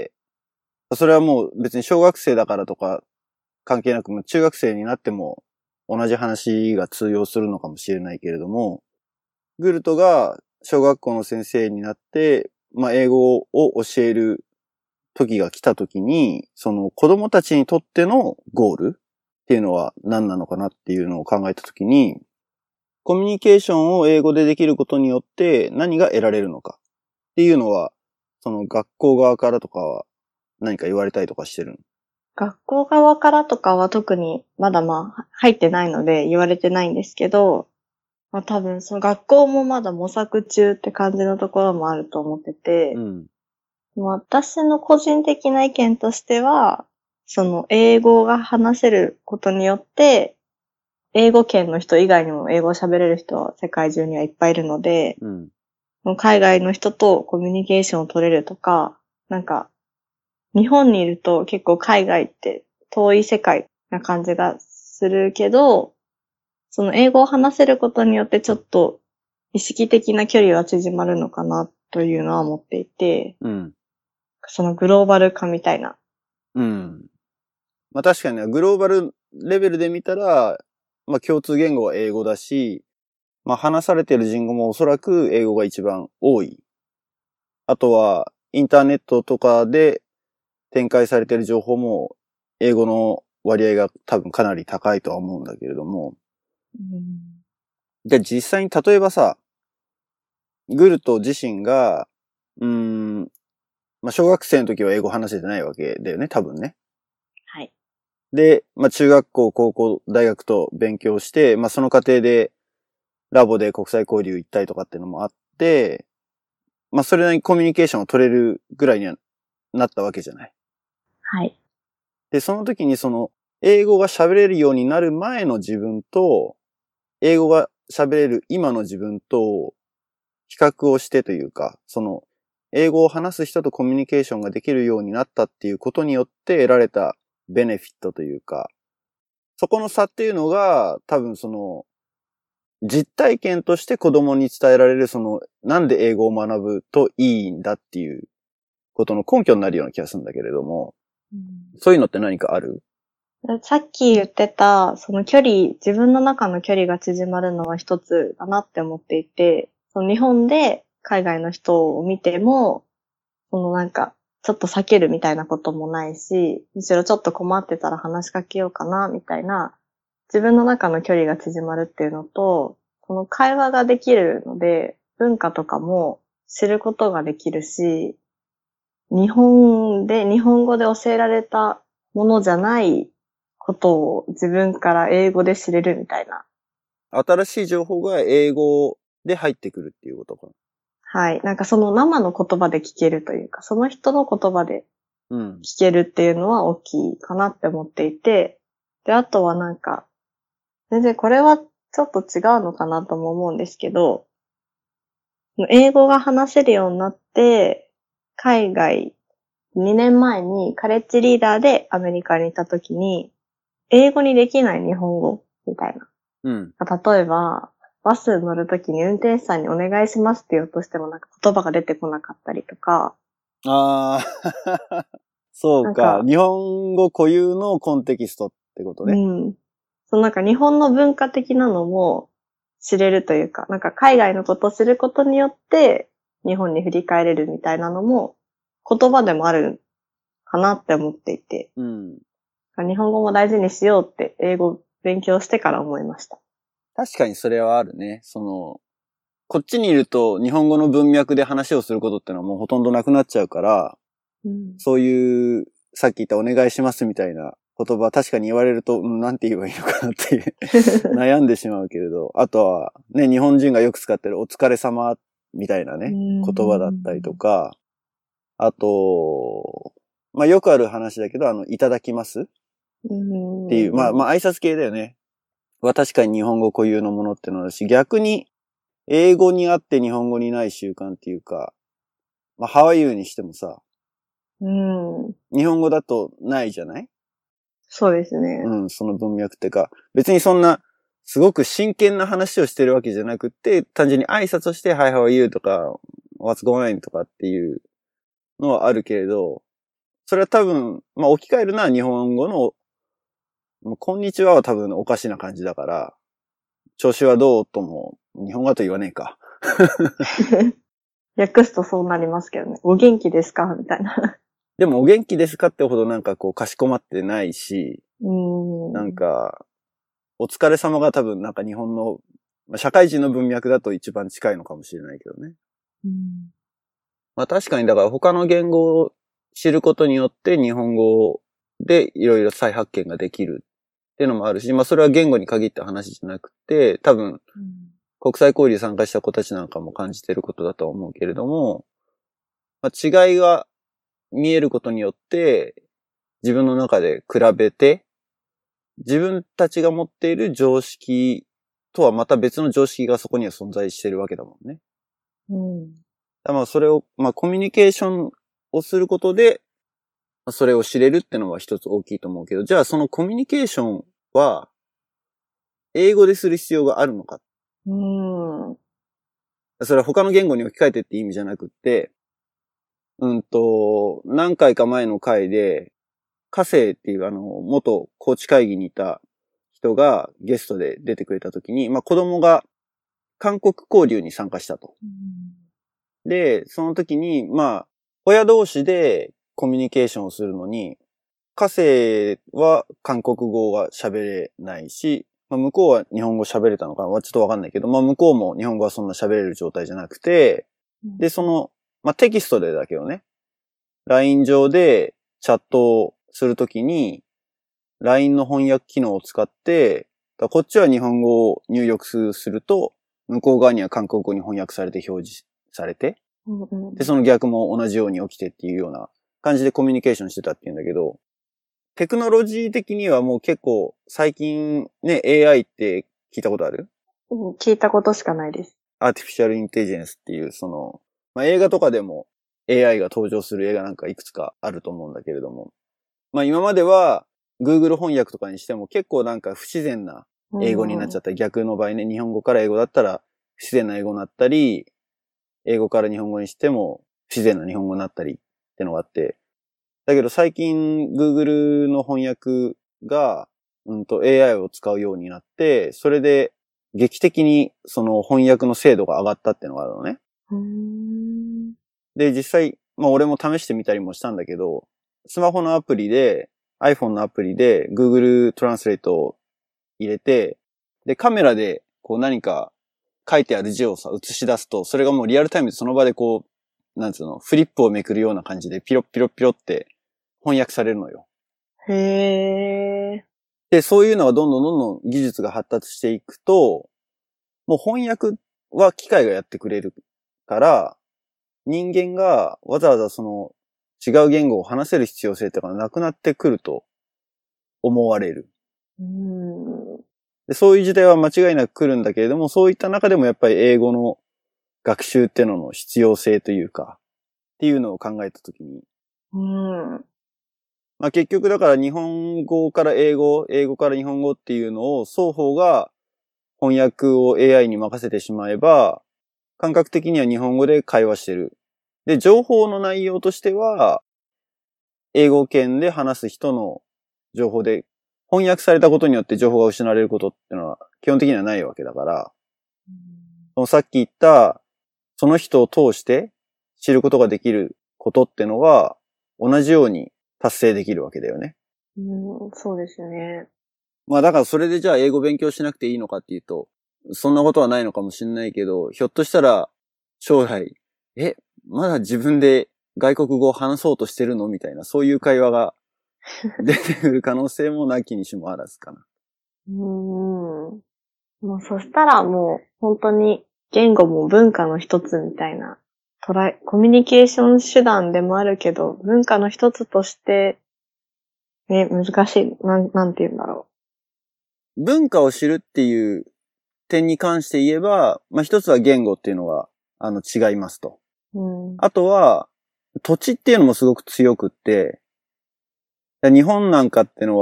それはもう別に小学生だからとか関係なく、中学生になっても同じ話が通用するのかもしれないけれども、グルトが小学校の先生になって、まあ英語を教える時が来た時に、その子供たちにとってのゴールっていうのは何なのかなっていうのを考えた時に、コミュニケーションを英語でできることによって何が得られるのかっていうのは、その学校側からとかは何か言われたりとかしてるの？ 学校側からとかは特にまだまあ入ってないので言われてないんですけど、まあ多分その学校もまだ模索中って感じのところもあると思ってて、 うん。 私の個人的な意見としては、その英語が話せることによって、英語圏の人以外にも英語を喋れる人は世界中にはいっぱいいるので、 うん。 海外の人とコミュニケーションを取れるとか、なんか、日本にいると結構海外って遠い世界な感じがするけど、その英語を話せることによってちょっと意識的な距離は縮まるのかなというのは思っていて、 うん。 そのグローバル化みたいな。 うん。まあ確かにね、グローバルレベルで見たら、まあ共通言語は英語だし、まあ話されている人語もおそらく英語が一番多い。あとは、インターネットとかで展開されている情報も、英語の割合が多分かなり高いとは思うんだけれども。 うん、 で、実際に例えばさ、グルト自身が、うーん、まあ小学生の時は英語話せてないわけだよね、多分ね。 はい。 で、まあ中学校、高校、大学と勉強して、まあその過程でラボで国際交流行ったりとかっていうのもあって、まあそれなりにコミュニケーションを取れるぐらいにはなったわけじゃない。 はい。 で、その時にその、英語が喋れるようになる前の自分と、英語が喋れる今の自分と、比較をしてというか、その、英語を話す人とコミュニケーションができるようになったっていうことによって得られたベネフィットというか、そこの差っていうのが、多分その、実体験として子供に伝えられる、その、なんで英語を学ぶといいんだっていうことの根拠になるような気がするんだけれども、 うん、 そういうのって何かある？ さっき言ってた、その距離、自分の中の距離が縮まるのは一つだなって思っていて、その日本で海外の人を見ても、そのなんか、ちょっと避けるみたいなこともないし、むしろちょっと困ってたら話しかけようかな、みたいな、自分の中の距離が縮まるっていうのと、その会話ができるので、文化とかも知ることができるし、日本で、日本語で教えられたものじゃないことを自分から英語で知れるみたいな。 新しい情報が英語で入ってくるっていうことかな。 はい。なんかその生の言葉で聞けるというか、その人の言葉でうん。 聞けるっていうのは大きいかなって思っていて、で、あとはなんか、全然これはちょっと違うのかなとも思うんですけど、英語が話せるようになって、海外、にねんまえにカレッジリーダーでアメリカにいた時に、英語にできない日本語みたいな。 うん。 例えば、バス乗るときに運転手さんにお願いしますって言おうとしてもなんか言葉が出てこなかったりとか。 ああ、そうか。 なんか、 日本語固有のコンテキストってことうね。 ん。そのなんか日本の文化的なのも知れるというか、なんか海外のことを知ることによって日本に振り返れるみたいなのも言葉でもあるかなって思っていて。 うん。 日本語も大事にしようって英語勉強してから思いました。 確かにそれはあるね。その、こっちにいると日本語の文脈で話をすることってのはもうほとんどなくなっちゃうから、 うん、 そういう、さっき言ったお願いしますみたいな言葉確かに言われると、うん、なんて言えばいいのかなって悩んでしまうけれど、あとはね、日本人がよく使ってるお疲れ様みたいなね、言葉だったりとか、あと、まあよくある話だけど、あの、いただきますっていう、まあまあ挨拶系だよね。は確かに日本語固有のものってのだし、逆に英語にあって日本語にない習慣っていうか、まあ、ハワイユーにしてもさ、 うん。 日本語だとないじゃない？ そうですね。 うん、その文脈ってか、別にそんな、すごく真剣な話をしてるわけじゃなくて、単純に挨拶をして、Hi, how are you? とか、What's going on? とかっていうのはあるけれど、それは多分、まあ置き換えるのは日本語の、こんにちはは多分おかしな感じだから、調子はどうとも、日本語だと言わねえか。 訳すとそうなりますけどね。お元気ですかみたいな。 でもお元気ですかってほどなんかこうかしこまってないし、 うーん。 なんか、お疲れ様が多分なんか日本の、社会人の文脈だと一番近いのかもしれないけどね。 うん、 まあ確かにだから他の言語を知ることによって日本語でいろいろ再発見ができるっていうのもあるし、まあそれは言語に限った話じゃなくて、多分国際交流参加した子たちなんかも感じてることだと思うけれども、まあ、違いが見えることによって自分の中で比べて自分たちが持っている常識とはまた別の常識がそこには存在してるわけだもんね。 うん。 まあそれを、まあコミュニケーションをすることで、それを知れるってのは一つ大きいと思うけど、じゃあそのコミュニケーションは、英語でする必要があるのか。 うん。 それは他の言語に置き換えてって意味じゃなくって、うんと、何回か前の回で、火星っていうあの、元高知会議にいた人がゲストで出てくれたときに、まあ子供が韓国交流に参加したと。 うん、 で、その時に、まあ、親同士でコミュニケーションをするのに、火星は韓国語が喋れないし、まあ、向こうは日本語喋れたのかな、ちょっとわかんないけど、まあ向こうも日本語はそんな喋れる状態じゃなくて、で、その、まあテキストでだけどね、ライン 上でチャットをするときに、ライン の翻訳機能を使って、こっちは日本語を入力すると、向こう側には韓国語に翻訳されて表示されて、で、その逆も同じように起きてっていうような感じでコミュニケーションしてたっていうんだけど、テクノロジー的にはもう結構最近ね、エーアイ って聞いたことある？ 聞いたことしかないです。 アーティフィシャルインテリジェンスっていうその、まあ、映画とかでも エーアイ が登場する映画なんかいくつかあると思うんだけれども、まあ今までは Google 翻訳とかにしても結構なんか不自然な英語になっちゃったり、逆の場合ね、日本語から英語だったら不自然な英語になったり、英語から日本語にしても不自然な日本語になったりってのがあって、だけど最近 Google の翻訳が、うんと エーアイ を使うようになって、それで劇的にその翻訳の精度が上がったってのがあるのね。 うーん、 で、実際、まあ俺も試してみたりもしたんだけど、スマホのアプリで、iPhone のアプリで Google トランスレートを入れて、で、カメラでこう何か書いてある字をさ、映し出すと、それがもうリアルタイムでその場でこう、なんつうの、フリップをめくるような感じでピロッピロッピロって翻訳されるのよ。 へー。 で、そういうのがどんどんどんどん技術が発達していくと、もう翻訳は機械がやってくれるから、人間がわざわざその違う言語を話せる必要性とかがなくなってくると思われる。 うーん、 で、そういう時代は間違いなく来るんだけれども、そういった中でもやっぱり英語の学習っていうのの必要性というか、っていうのを考えたときに、 うん、 まあ結局だから日本語から英語、英語から日本語っていうのを双方が翻訳を エーアイ に任せてしまえば、感覚的には日本語で会話してる。で、情報の内容としては、英語圏で話す人の情報で、翻訳されたことによって情報が失われることっていうのは基本的にはないわけだから、そのさっき言った、その人を通して知ることができることってのが、同じように達成できるわけだよね。 うん、そうですね。 まあだからそれでじゃあ英語勉強しなくていいのかっていうと、そんなことはないのかもしれないけど、ひょっとしたら将来、え、まだ自分で外国語を話そうとしてるのみたいな、そういう会話が出てくる可能性もなきにしもあらずかな。 うーん。もうそしたらもう本当に言語も文化の一つみたいな、捉え、コミュニケーション手段でもあるけど、文化の一つとして、ね、難しい、なん、なんて言うんだろ文化を知るっていう点に関して言えば、まあ一つは言語っていうのが、あの、違いますと。 う。うん。 あとは、土地っていうのもすごく強くって、日本なんかってのは、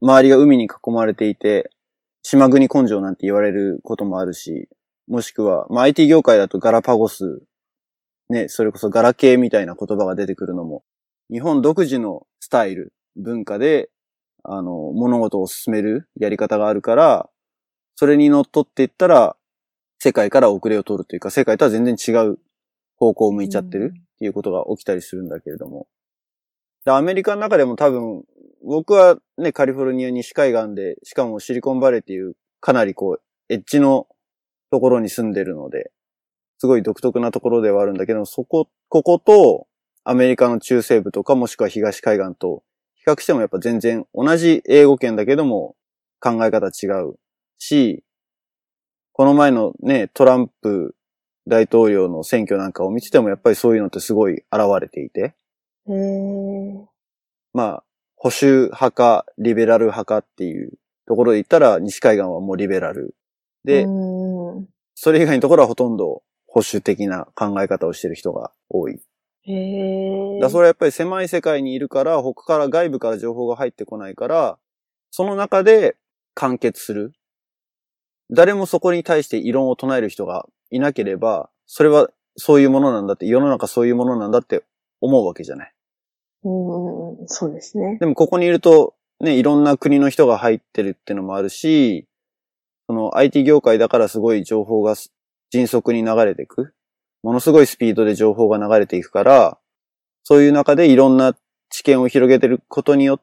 周りが海に囲まれていて、島国根性なんて言われることもあるし、もしくは、まあ アイティー 業界だとガラパゴス、ね、それこそガラケーみたいな言葉が出てくるのも、日本独自のスタイル、文化で、あの、物事を進めるやり方があるから、それにのっとっていったら、世界から遅れを取るというか、世界とは全然違う方向を向いちゃってるっていうことが起きたりするんだけれども。でアメリカの中でも多分、僕はね、カリフォルニア西海岸で、しかもシリコンバレーっていうかなりこう、エッジのところに住んでるので、すごい独特なところではあるんだけど、そこ、こことアメリカの中西部とかもしくは東海岸と比較してもやっぱ全然同じ英語圏だけども考え方違うし、この前のね、トランプ大統領の選挙なんかを見ててもやっぱりそういうのってすごい現れていて。 へー。 まあ、保守派かリベラル派かっていうところで言ったら西海岸はもうリベラル。で、それ以外のところはほとんど保守的な考え方をしている人が多い。 へー。 だそれはやっぱり狭い世界にいるから、他から外部から情報が入ってこないから、その中で完結する。誰もそこに対して異論を唱える人がいなければ、それはそういうものなんだって、世の中そういうものなんだって思うわけじゃない。 うん、そうですね。 でもここにいると、ね、いろんな国の人が入ってるってのもあるし、その アイティー 業界だからすごい情報が迅速に流れていく。ものすごいスピードで情報が流れていくから、そういう中でいろんな知見を広げてることによって、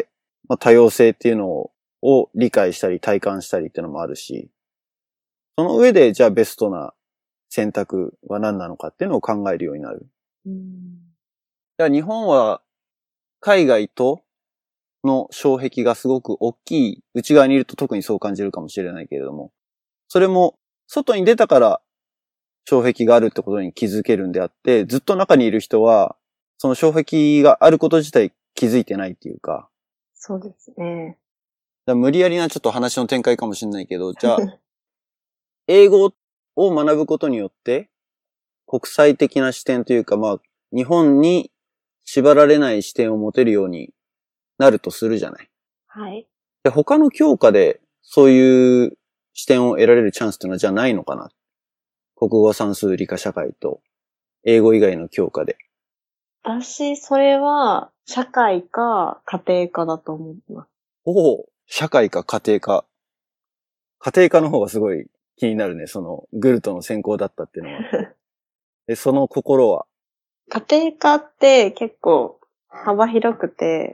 まあ、多様性っていうのを、を理解したり体感したりっていうのもあるし、その上でじゃあベストな選択は何なのかっていうのを考えるようになる。 うん、 だから日本は海外との障壁がすごく大きい、内側にいると特にそう感じるかもしれないけれども、それも外に出たから障壁があるってことに気づけるんであって、ずっと中にいる人は、その障壁があること自体気づいてないっていうか。 そうですね。 だ無理やりなちょっと話の展開かもしれないけど、じゃあ、英語を学ぶことによって、国際的な視点というか、まあ、日本に縛られない視点を持てるようになるとするじゃない。 はい。 で、他の教科でそういう視点を得られるチャンスっていうのはじゃあないのかな。国語、算数、理科、社会と、英語以外の教科で。 私、それは、社会か家庭科だと思います。 おお、社会か家庭科。家庭科の方がすごい気になるね。その、グルトの専攻だったっていうのは。で、その心は家庭科って結構幅広くて、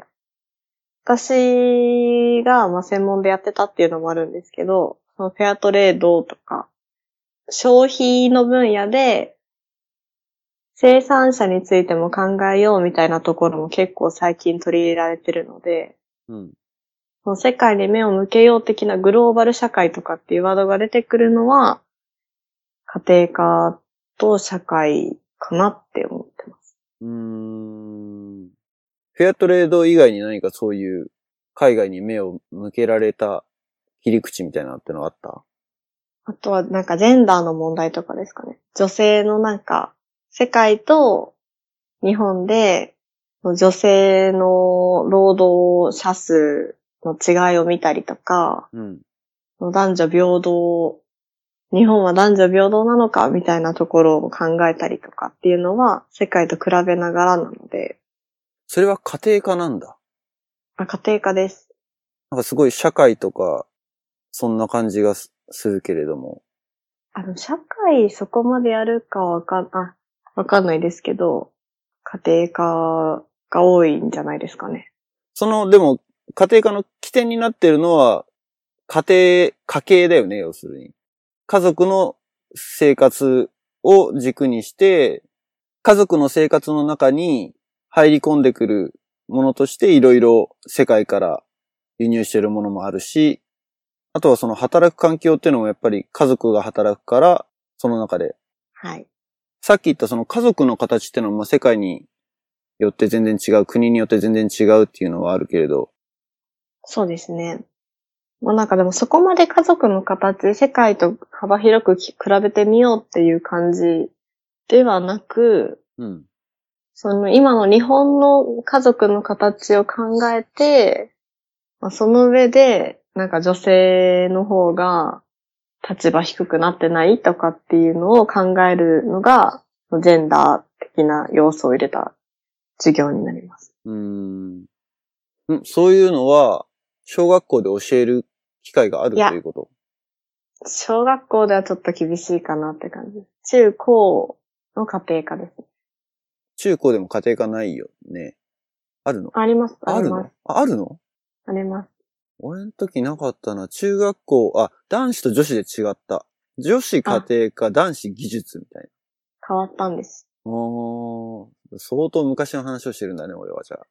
私がまあ専門でやってたっていうのもあるんですけど、そのフェアトレードとか、消費の分野で生産者についても考えようみたいなところも結構最近取り入れられてるので、 うん、 その世界に目を向けよう的なグローバル社会とかっていうワードが出てくるのは、家庭科と社会かなって思ってます。 うーん。フェアトレード以外に何かそういう海外に目を向けられた切り口みたいなのってのがあった？ あとはなんかジェンダーの問題とかですかね。女性のなんか、世界と日本で女性の労働者数の違いを見たりとか、 うん、 男女平等、日本は男女平等なのかみたいなところを考えたりとかっていうのは世界と比べながらなので。 それは家庭科なんだ。 あ、家庭科です。 なんかすごい社会とか、そんな感じがするけれども。 あの、社会そこまでやるかわかん、あ、わかんないですけど、家庭科が多いんじゃないですかね。 その、でも、家庭科の起点になってるのは、家庭、家計だよね、要するに。家族の生活を軸にして、家族の生活の中に入り込んでくるものとしていろいろ世界から輸入しているものもあるし、あとはその働く環境っていうのもやっぱり家族が働くから、その中で。 はい。 さっき言ったその家族の形っていうのはまあ世界によって全然違う、国によって全然違うっていうのはあるけれど。 そうですね。まあなんかでもそこまで家族の形、世界と幅広く比べてみようっていう感じではなく、 うん、 その今の日本の家族の形を考えて、 まあ、その上で、なんか女性の方が立場低くなってないとかっていうのを考えるのが、ジェンダー的な要素を入れた授業になります。 うーん。んそういうのは、小学校で教える機会があるということ？ 小学校ではちょっと厳しいかなって感じ。中高の家庭科です。 中高でも家庭科ないよね。あるの？ あります、ああるの？ ります。 あ、あるの？ あります。 俺の時なかったな。中学校、あ、男子と女子で違った。女子家庭科、男子技術みたいな。 変わったんです。 あー、相当昔の話をしてるんだね、俺はじゃあ。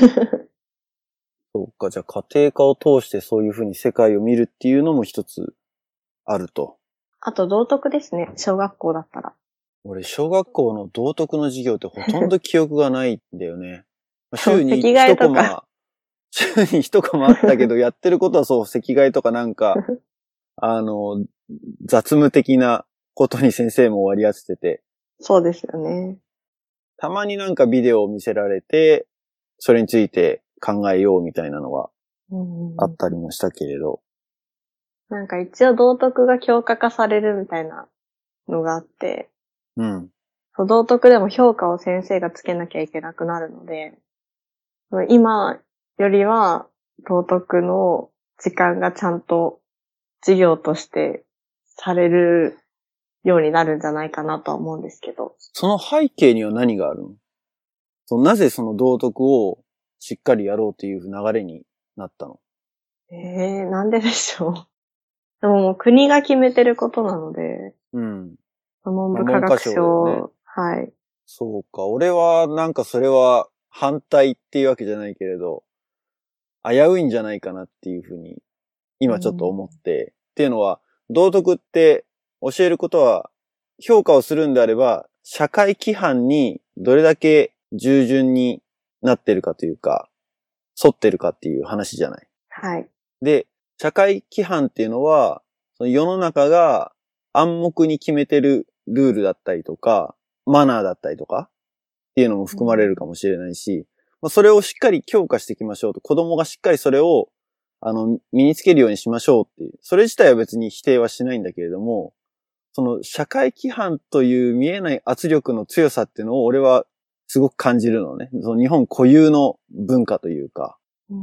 そうか、じゃあ家庭科を通してそういうふうに世界を見るっていうのも一つあると。 あと道徳ですね、小学校だったら。 俺、小学校の道徳の授業ってほとんど記憶がないんだよね。週に席替え一コマとか、 週に一コマあったけど、やってることはそう、席替えとかなんか、あの、雑務的なことに先生も割り当ててて、 そうですよね。 たまになんかビデオを見せられて、それについて考えようみたいなのはうんあったりもしたけれど。 なんか一応道徳が強化化されるみたいなのがあって、 うん。 そう道徳でも評価を先生がつけなきゃいけなくなるので、今よりは道徳の時間がちゃんと授業としてされるようになるんじゃないかなとは思うんですけど。 その背景には何があるの？そのなぜその道徳をしっかりやろうという流れになったの？ ええー、なんででしょう。でももう国が決めてることなので、 うん。 文部科学省、 まあ文科省だよね。 はい。 そうか。俺はなんかそれは反対っていうわけじゃないけれど、危ういんじゃないかなっていうふうに今ちょっと思って。っていうのは、道徳って教えることは評価をするんであれば、社会規範にどれだけ従順になってるかというか、沿ってるかっていう話じゃない。 はい。 で、社会規範っていうのは、その世の中が暗黙に決めてるルールだったりとか、マナーだったりとかっていうのも含まれるかもしれないし、まあ、それをしっかり強化していきましょうと、子供がしっかりそれをあの身につけるようにしましょうっていう、それ自体は別に否定はしないんだけれども、その社会規範という見えない圧力の強さっていうのを俺はすごく感じるのね。その日本固有の文化というか。 うん、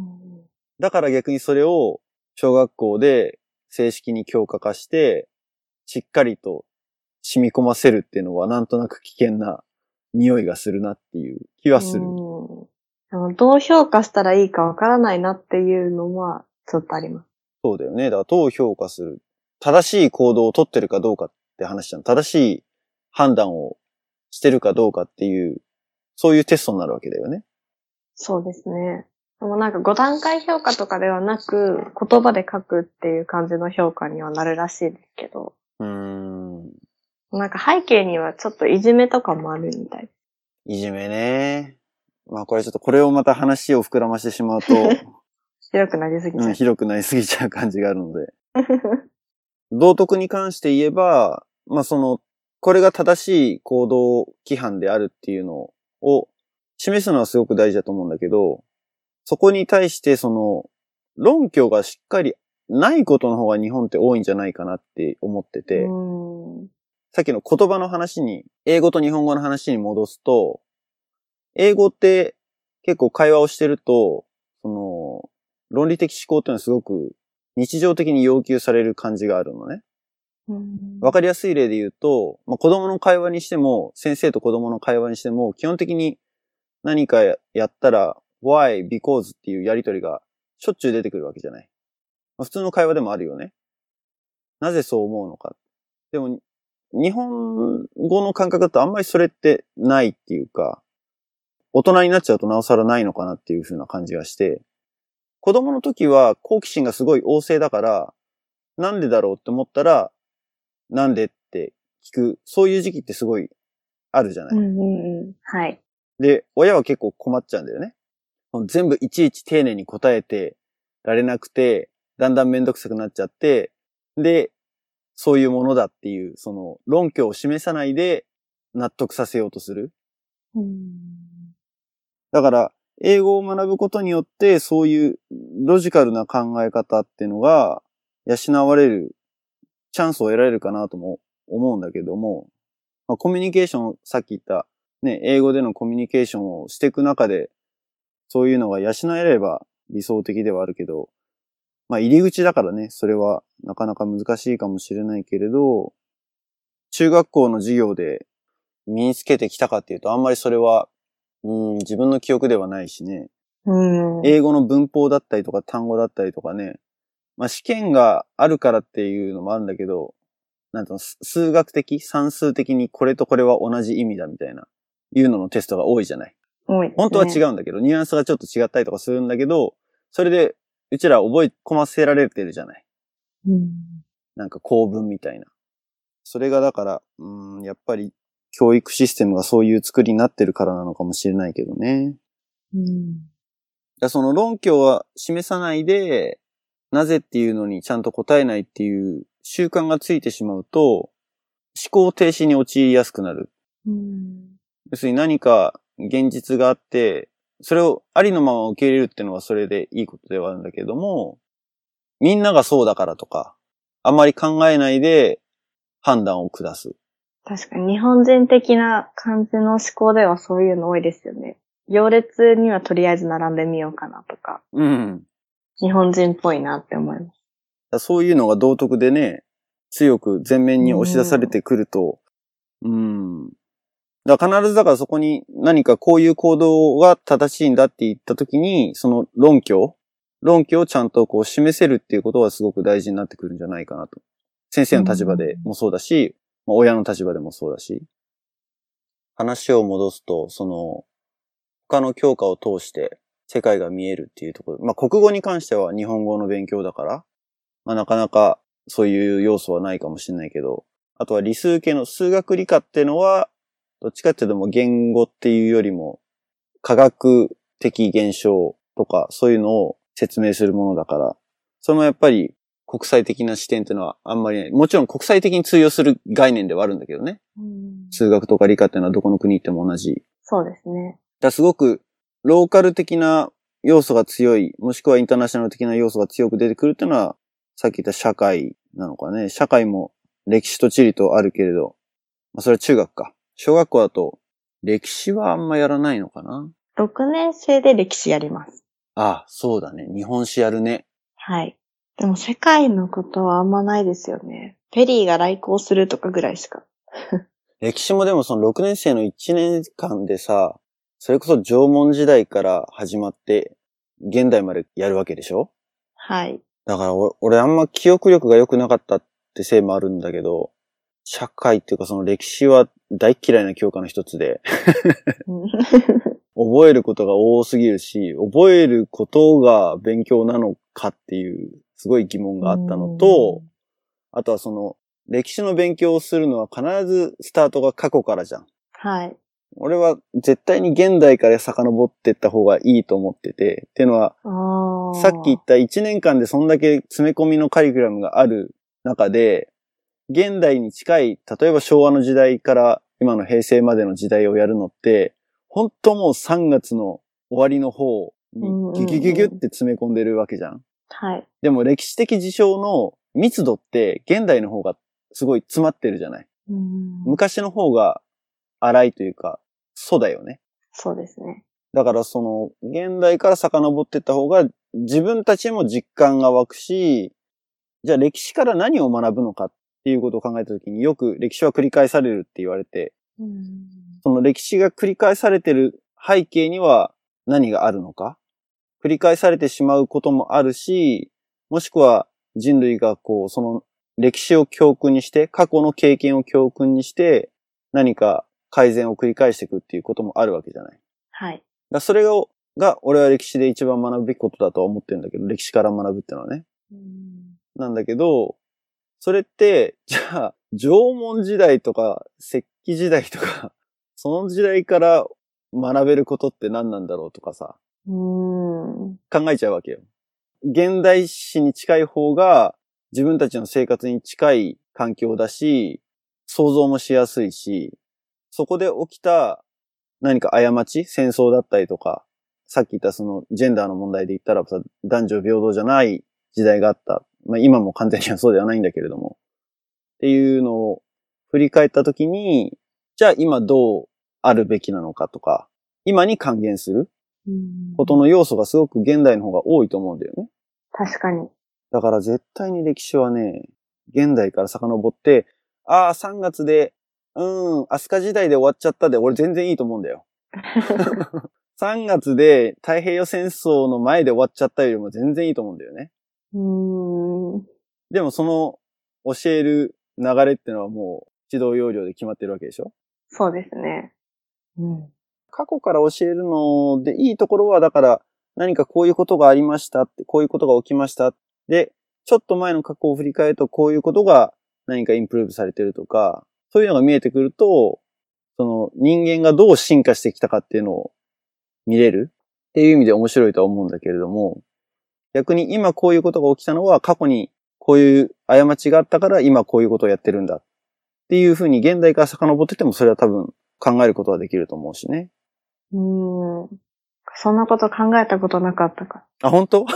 だから逆にそれを小学校で正式に強化化して、しっかりと染み込ませるっていうのはなんとなく危険な匂いがするなっていう気はする。 うん、でもどう評価したらいいかわからないなっていうのはちょっとあります。 そうだよね。だからどう評価する。正しい行動をとってるかどうかって話じゃん。正しい判断をしてるかどうかっていう、そういうテストになるわけだよね。 そうですね。でもなんかご段階評価とかではなく、言葉で書くっていう感じの評価にはなるらしいですけど。 うーん。 なんか背景にはちょっといじめとかもあるみたい。 いじめね。まあこれちょっとこれをまた話を膨らましてしまうと、 広くなりすぎちゃう。 うん、広くなりすぎちゃう感じがあるので。道徳に関して言えば、まあその、これが正しい行動規範であるっていうのを示すのはすごく大事だと思うんだけど、そこに対してその論拠がしっかりないことの方が日本って多いんじゃないかなって思ってて、 うん、 さっきの言葉の話に、英語と日本語の話に戻すと、英語って結構会話をしてると、その論理的思考っていうのはすごく日常的に要求される感じがあるのね。 うん、 わかりやすい例で言うと、まあ、子供の会話にしても、先生と子供の会話にしても、基本的に何かやったら、why, because っていうやりとりがしょっちゅう出てくるわけじゃない。まあ、普通の会話でもあるよね。なぜそう思うのか。でも、日本語の感覚だとあんまりそれってないっていうか、大人になっちゃうとなおさらないのかなっていう風な感じがして、子供の時は好奇心がすごい旺盛だから、なんでだろうって思ったら、なんでって聞く、そういう時期ってすごいあるじゃない。 うんうんうん、はい。 で、親は結構困っちゃうんだよね。全部いちいち丁寧に答えてられなくて、だんだんめんどくさくなっちゃって、で、そういうものだっていう、その論拠を示さないで納得させようとする。 うん、 だから、英語を学ぶことによって、そういうロジカルな考え方っていうのが養われるチャンスを得られるかなとも思うんだけども、まあ、コミュニケーション、さっき言ったね、英語でのコミュニケーションをしていく中で、そういうのが養えれば理想的ではあるけど、まあ入り口だからね、それはなかなか難しいかもしれないけれど、中学校の授業で身につけてきたかっていうと、あんまりそれは、うん、自分の記憶ではないしね。 うん。 英語の文法だったりとか単語だったりとかね。まあ試験があるからっていうのもあるんだけど、なんていうの、数学的、算数的にこれとこれは同じ意味だみたいな、いうののテストが多いじゃない。 多いですね。 本当は違うんだけど、ニュアンスがちょっと違ったりとかするんだけど、それで、うちら覚え込ませられてるじゃない。 うん。 なんか構文みたいな。それがだから、うん、やっぱり教育システムがそういう作りになってるからなのかもしれないけどね。 うん。 だその論拠は示さないで、なぜっていうのにちゃんと答えないっていう習慣がついてしまうと、思考停止に陥りやすくなる。 うん。 要するに何か現実があって、それをありのまま受け入れるっていうのはそれでいいことではあるんだけども、みんながそうだからとか、あまり考えないで判断を下す。 確かに日本人的な感じの思考ではそういうの多いですよね。行列にはとりあえず並んでみようかなとか。 うん。 日本人っぽいなって思います。 だそういうのが道徳でね、強く前面に押し出されてくると、うん。うんだから必ずだからそこに何かこういう行動が正しいんだって言ったときに、その論拠論拠をちゃんとこう示せるっていうことがすごく大事になってくるんじゃないかなと。先生の立場でもそうだし、まあ、親の立場でもそうだし。話を戻すと、その、他の教科を通して世界が見えるっていうところ。まあ、国語に関しては日本語の勉強だから、まあ、なかなかそういう要素はないかもしれないけど、あとは理数系の数学理科っていうのは、どっちかっていうともう言語っていうよりも、科学的現象とかそういうのを説明するものだから、それもやっぱり国際的な視点っていうのはあんまりない。もちろん国際的に通用する概念ではあるんだけどね。 うん、 数学とか理科っていうのはどこの国行っても同じ。 そうですね。 だからすごくローカル的な要素が強い、もしくはインターナショナル的な要素が強く出てくるっていうのは、さっき言った社会なのかね。社会も歴史と地理とあるけれど、まあ、それは中学か。小学校だと歴史はあんまやらないのかな。 ろくねん生で歴史やります。 ああ、そうだね。日本史やるね。 はい。でも世界のことはあんまないですよね。ペリーが来航するとかぐらいしか。 歴史もでもそのろくねん生のいちねんかんでさ、それこそ縄文時代から始まって、現代までやるわけでしょ？ はい。 だから俺あんま記憶力が良くなかったってせいもあるんだけど、社会っていうかその歴史は大嫌いな教科の一つで、覚えることが多すぎるし、覚えることが勉強なのかっていうすごい疑問があったのと、あとはその歴史の勉強をするのは必ずスタートが過去からじゃん。 はい。 俺は絶対に現代から遡っていった方がいいと思ってて、っていうのは、さっき言ったいちねんかんでそんだけ詰め込みのカリキュラムがある中で、現代に近い、例えば昭和の時代から今の平成までの時代をやるのって、本当もうさんがつの終わりの方にギュギュギュギュって詰め込んでるわけじゃん。 はい。 でも歴史的事象の密度って現代の方がすごい詰まってるじゃない。 うん昔の方が荒いというか、そうだよね。 そうですね。 だからその、現代から遡っていった方が自分たちも実感が湧くし、じゃあ歴史から何を学ぶのかっていうことを考えたときによく歴史は繰り返されるって言われて、 うんその歴史が繰り返されてる背景には何があるのか、繰り返されてしまうこともあるし、もしくは人類がこう、その歴史を教訓にして、過去の経験を教訓にして、何か改善を繰り返していくっていうこともあるわけじゃない。 はい。 だそれが、が俺は歴史で一番学ぶべきことだとは思ってるんだけど、歴史から学ぶってのはね。 うんなんだけど、それって、じゃあ、縄文時代とか、石器時代とか、その時代から学べることって何なんだろうとかさ、 うん考えちゃうわけよ。現代史に近い方が、自分たちの生活に近い環境だし、想像もしやすいし、そこで起きた何か過ち、戦争だったりとか、 さっき言ったそのジェンダーの問題で言ったらさ、男女平等じゃない時代があった。まあ今も完全にはそうではないんだけれども。っていうのを振り返ったときに、じゃあ今どうあるべきなのかとか、今に還元することの要素がすごく現代の方が多いと思うんだよね。 確かに。 だから絶対に歴史はね、現代から遡って、ああ、さんがつで、うーん、飛鳥時代で終わっちゃったで、俺全然いいと思うんだよ。さんがつで太平洋戦争の前で終わっちゃったよりも全然いいと思うんだよね。 うーん。 でもその教える流れってのはもう指導要領で決まってるわけでしょ？ そうですね。うん。 過去から教えるのでいいところは、だから何かこういうことがありましたって、こういうことが起きましたで、ちょっと前の過去を振り返るとこういうことが何かインプルーブされてるとか、そういうのが見えてくると、その人間がどう進化してきたかっていうのを見れるっていう意味で面白いとは思うんだけれども、逆に今こういうことが起きたのは過去にこういう過ちがあったから今こういうことをやってるんだっていうふうに現代から遡っててもそれは多分考えることはできると思うしね。 うーん。そんなこと考えたことなかったか。 あ、本当？だ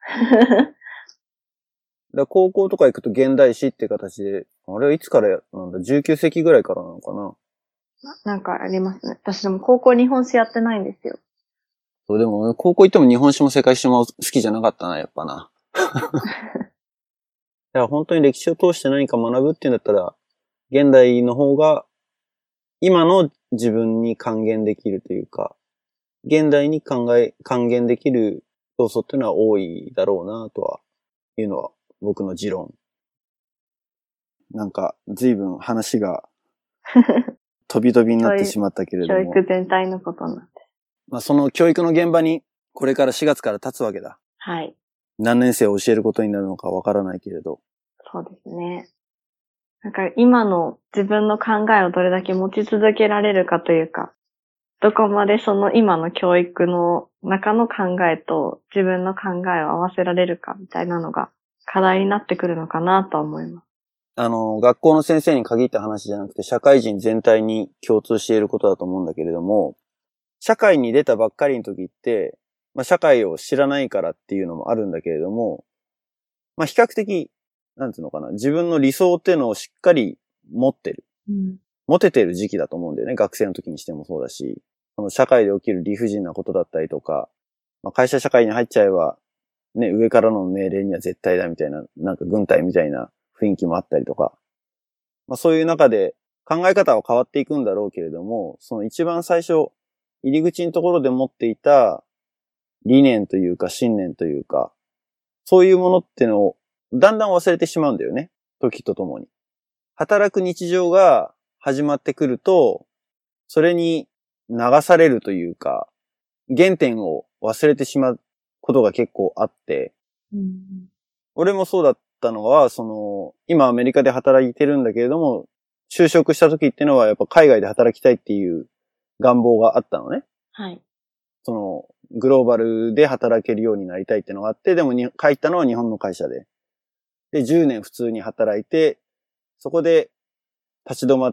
から高校とか行くと現代史って形で、あれはいつからなんだ ?じゅうきゅう 世紀ぐらいからなのかな？ なんかありますね。私でも高校日本史やってないんですよ。 そう、でも高校行っても日本史も世界史も好きじゃなかったな、やっぱな。だから本当に歴史を通して何か学ぶっていうんだったら、現代の方が今の自分に還元できるというか、現代に考え、還元できる要素っていうのは多いだろうなとは、いうのは僕の持論。なんか随分話が飛び飛びになってしまったけれども。 教育全体のことになって。 まあその教育の現場にこれからしがつから立つわけだ。 はい。 何年生を教えることになるのかわからないけれど。 そうですね。なんか今の自分の考えをどれだけ持ち続けられるかというか、どこまでその今の教育の中の考えと自分の考えを合わせられるかみたいなのが課題になってくるのかなと思います。 あの、学校の先生に限った話じゃなくて社会人全体に共通していることだと思うんだけれども、社会に出たばっかりの時って、まあ社会を知らないからっていうのもあるんだけれども、まあ比較的、なんていうのかな、自分の理想っていうのをしっかり持ってる。 うん、 持ててる時期だと思うんだよね。学生の時にしてもそうだし、その社会で起きる理不尽なことだったりとか、まあ、会社社会に入っちゃえば、ね、上からの命令には絶対だみたいな、なんか軍隊みたいな雰囲気もあったりとか、まあそういう中で考え方は変わっていくんだろうけれども、その一番最初、入り口のところで持っていた理念というか信念というか、そういうものっていうのをだんだん忘れてしまうんだよね。時とともに。働く日常が始まってくると、それに流されるというか、原点を忘れてしまうことが結構あって、 うん、 俺もそうだったのは、その、今アメリカで働いてるんだけれども、就職した時っていうのはやっぱ海外で働きたいっていう願望があったのね。 はい。 その、グローバルで働けるようになりたいっていうのがあって、でもに帰ったのは日本の会社で。で、じゅうねん普通に働いて、そこで立ち止まって、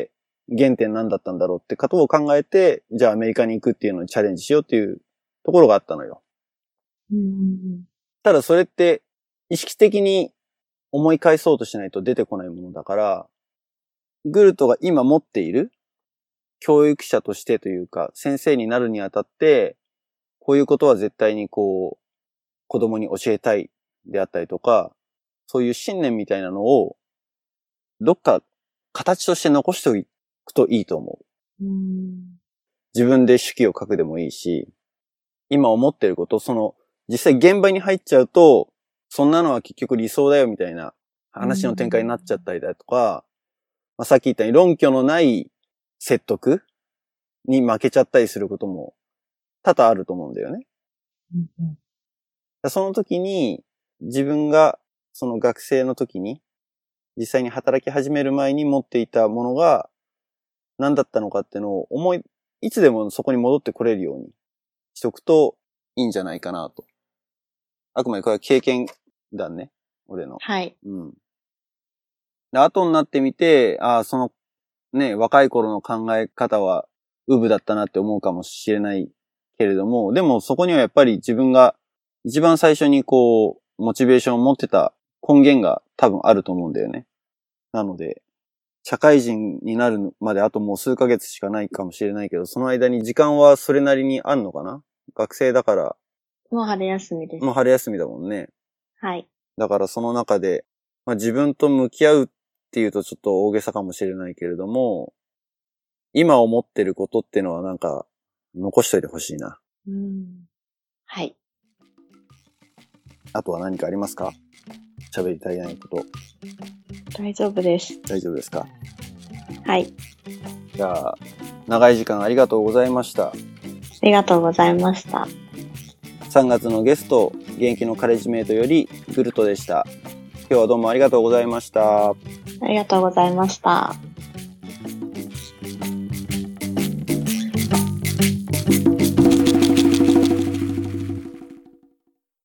原点何だったんだろうってことを考えて、じゃあアメリカに行くっていうのにチャレンジしようっていうところがあったのよ。 うん、 ただそれって意識的に思い返そうとしないと出てこないものだから、グルトが今持っている教育者としてというか、先生になるにあたって、こういうことは絶対にこう、子供に教えたいであったりとか、そういう信念みたいなのを、どっか形として残しておくといいと思う。 うん、 自分で手記を書くでもいいし、今思っていること、その、実際現場に入っちゃうと、そんなのは結局理想だよみたいな話の展開になっちゃったりだとか、まあ、さっき言ったように論拠のない説得に負けちゃったりすることも多々あると思うんだよね。 うんうん、 その時に自分がその学生の時に実際に働き始める前に持っていたものが何だったのかっていうのを思い、いつでもそこに戻ってこれるようにしとくといいんじゃないかなと。あくまでこれは経験談ね。俺の。 はい。 うん。で、後になってみて、ああ、そのね、若い頃の考え方はウブだったなって思うかもしれないけれども、でもそこにはやっぱり自分が一番最初にこう、モチベーションを持ってた根源が多分あると思うんだよね。なので、社会人になるまであともう数ヶ月しかないかもしれないけど、その間に時間はそれなりにあんのかな？学生だから。 もう春休みです。 もう春休みだもんね。 はい。 だからその中で、まあ、自分と向き合うっていうとちょっと大げさかもしれないけれども、今思ってることってのはなんか残しといてほしいな。 うん。はい。 あとは何かありますか？喋り足りないこと。 大丈夫です。 大丈夫ですか？ はい。 じゃあ、長い時間ありがとうございました。 ありがとうございました。 さんがつのゲスト、現役のカレッジメイトよりグルトでした。今日はどうもありがとうございました。 ありがとうございました。